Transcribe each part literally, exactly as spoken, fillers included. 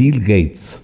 Bill Gates.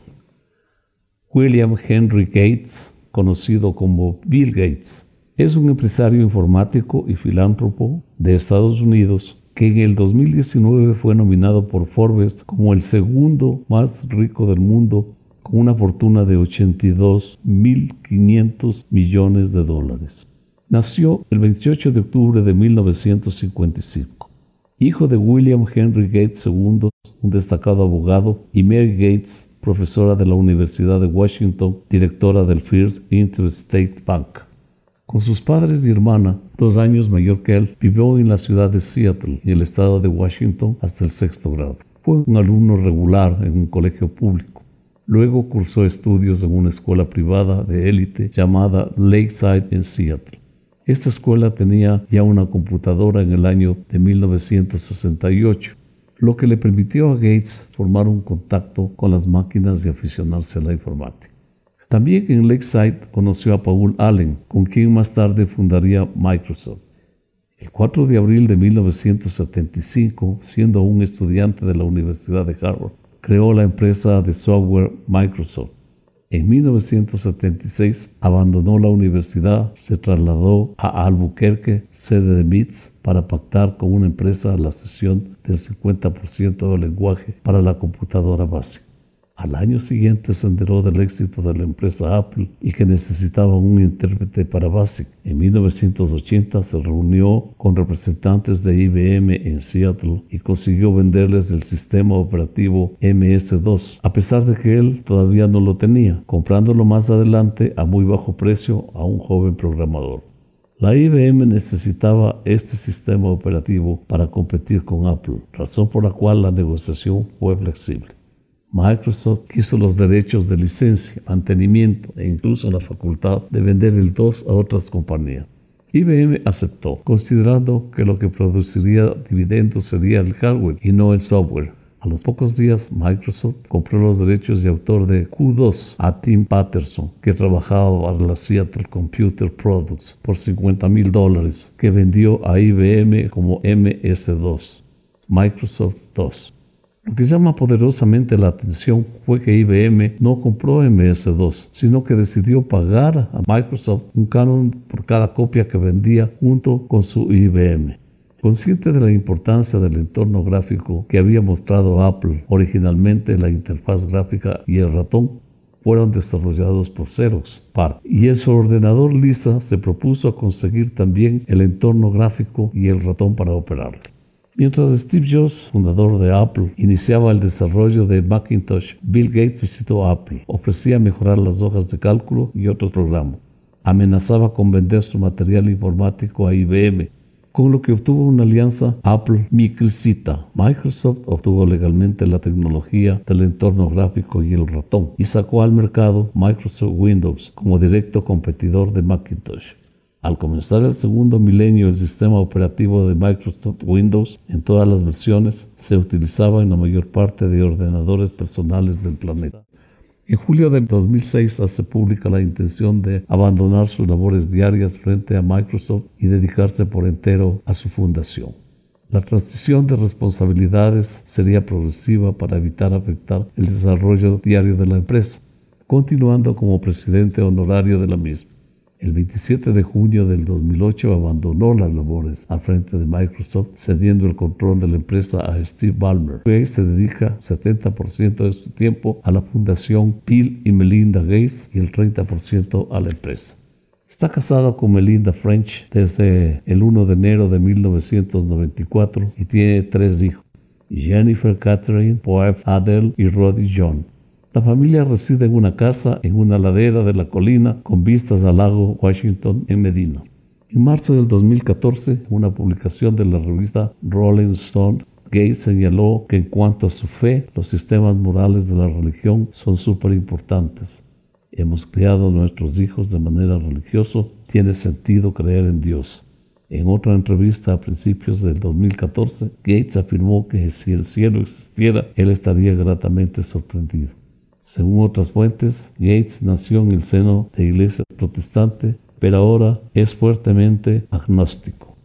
William Henry Gates, conocido como Bill Gates, es un empresario informático y filántropo de Estados Unidos que en el dos mil diecinueve fue nominado por Forbes como el segundo más rico del mundo, con una fortuna de ochenta y dos mil quinientos millones de dólares. Nació el veintiocho de octubre de mil novecientos cincuenta y cinco. Hijo de William Henry Gates segundo, un destacado abogado, y Mary Gates, profesora de la Universidad de Washington, directora del First Interstate Bank. Con sus padres y hermana, dos años mayor que él, vivió en la ciudad de Seattle, en el estado de Washington, hasta el sexto grado. Fue un alumno regular en un colegio público. Luego cursó estudios en una escuela privada de élite llamada Lakeside en Seattle. Esta escuela tenía ya una computadora en el año de mil novecientos sesenta y ocho, lo que le permitió a Gates formar un contacto con las máquinas y aficionarse a la informática. También en Lakeside conoció a Paul Allen, con quien más tarde fundaría Microsoft. El cuatro de abril de mil novecientos setenta y cinco, siendo aún estudiante de la Universidad de Harvard, creó la empresa de software Microsoft. En mil novecientos setenta y seis abandonó la universidad, se trasladó a Albuquerque, sede de M I T S, para pactar con una empresa la cesión del cincuenta por ciento del lenguaje para la computadora básica. Al año siguiente se enteró del éxito de la empresa Apple y que necesitaba un intérprete para BASIC. En mil novecientos ochenta se reunió con representantes de I B M en Seattle y consiguió venderles el sistema operativo eme ese dos, a pesar de que él todavía no lo tenía, comprándolo más adelante a muy bajo precio a un joven programador. La I B M necesitaba este sistema operativo para competir con Apple, razón por la cual la negociación fue flexible. Microsoft quiso los derechos de licencia, mantenimiento e incluso la facultad de vender el dos a otras compañías. I B M aceptó, considerando que lo que produciría dividendos sería el hardware y no el software. A los pocos días, Microsoft compró los derechos de autor de Q dos a Tim Patterson, que trabajaba para la Seattle Computer Products, por cincuenta mil dólares, que vendió a I B M como eme ese dos. Microsoft dos. Lo que llama poderosamente la atención fue que I B M no compró eme ese dos, sino que decidió pagar a Microsoft un canon por cada copia que vendía junto con su I B M. Consciente de la importancia del entorno gráfico que había mostrado Apple, originalmente la interfaz gráfica y el ratón fueron desarrollados por Xerox PARC, y en su ordenador Lisa se propuso conseguir también el entorno gráfico y el ratón para operarlo. Mientras Steve Jobs, fundador de Apple, iniciaba el desarrollo de Macintosh, Bill Gates visitó Apple, ofrecía mejorar las hojas de cálculo y otros programas. Amenazaba con vender su material informático a I B M, con lo que obtuvo una alianza Apple-Microcita. Microsoft obtuvo legalmente la tecnología del entorno gráfico y el ratón, y sacó al mercado Microsoft Windows como directo competidor de Macintosh. Al comenzar el segundo milenio, el sistema operativo de Microsoft Windows en todas las versiones se utilizaba en la mayor parte de ordenadores personales del planeta. En julio de dos mil seis hace pública la intención de abandonar sus labores diarias frente a Microsoft y dedicarse por entero a su fundación. La transición de responsabilidades sería progresiva para evitar afectar el desarrollo diario de la empresa, continuando como presidente honorario de la misma. El veintisiete de junio del dos mil ocho abandonó las labores al frente de Microsoft, cediendo el control de la empresa a Steve Ballmer. Hoy se dedica setenta por ciento de su tiempo a la fundación Bill y Melinda Gates y el treinta por ciento a la empresa. Está casado con Melinda French desde el primero de enero de mil novecientos noventa y cuatro y tiene tres hijos: Jennifer Catherine, Poef Adele y Roddy John. La familia reside en una casa en una ladera de la colina con vistas al lago Washington en Medina. En marzo del dos mil catorce, una publicación de la revista Rolling Stone, Gates señaló que en cuanto a su fe, los sistemas morales de la religión son súper importantes. Hemos criado a nuestros hijos de manera religiosa, tiene sentido creer en Dios. En otra entrevista a principios del dos mil catorce, Gates afirmó que si el cielo existiera, él estaría gratamente sorprendido. Según otras fuentes, Gates nació en el seno de iglesia protestante, pero ahora es fuertemente agnóstico.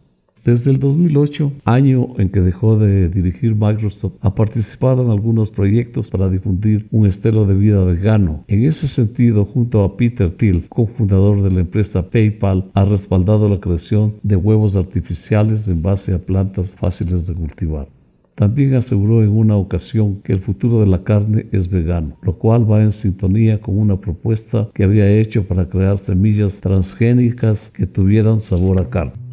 Desde el dos mil ocho, año en que dejó de dirigir Microsoft, ha participado en algunos proyectos para difundir un estilo de vida vegano. En ese sentido, junto a Peter Thiel, cofundador de la empresa PayPal, ha respaldado la creación de huevos artificiales en base a plantas fáciles de cultivar. También aseguró en una ocasión que el futuro de la carne es vegano, lo cual va en sintonía con una propuesta que había hecho para crear semillas transgénicas que tuvieran sabor a carne.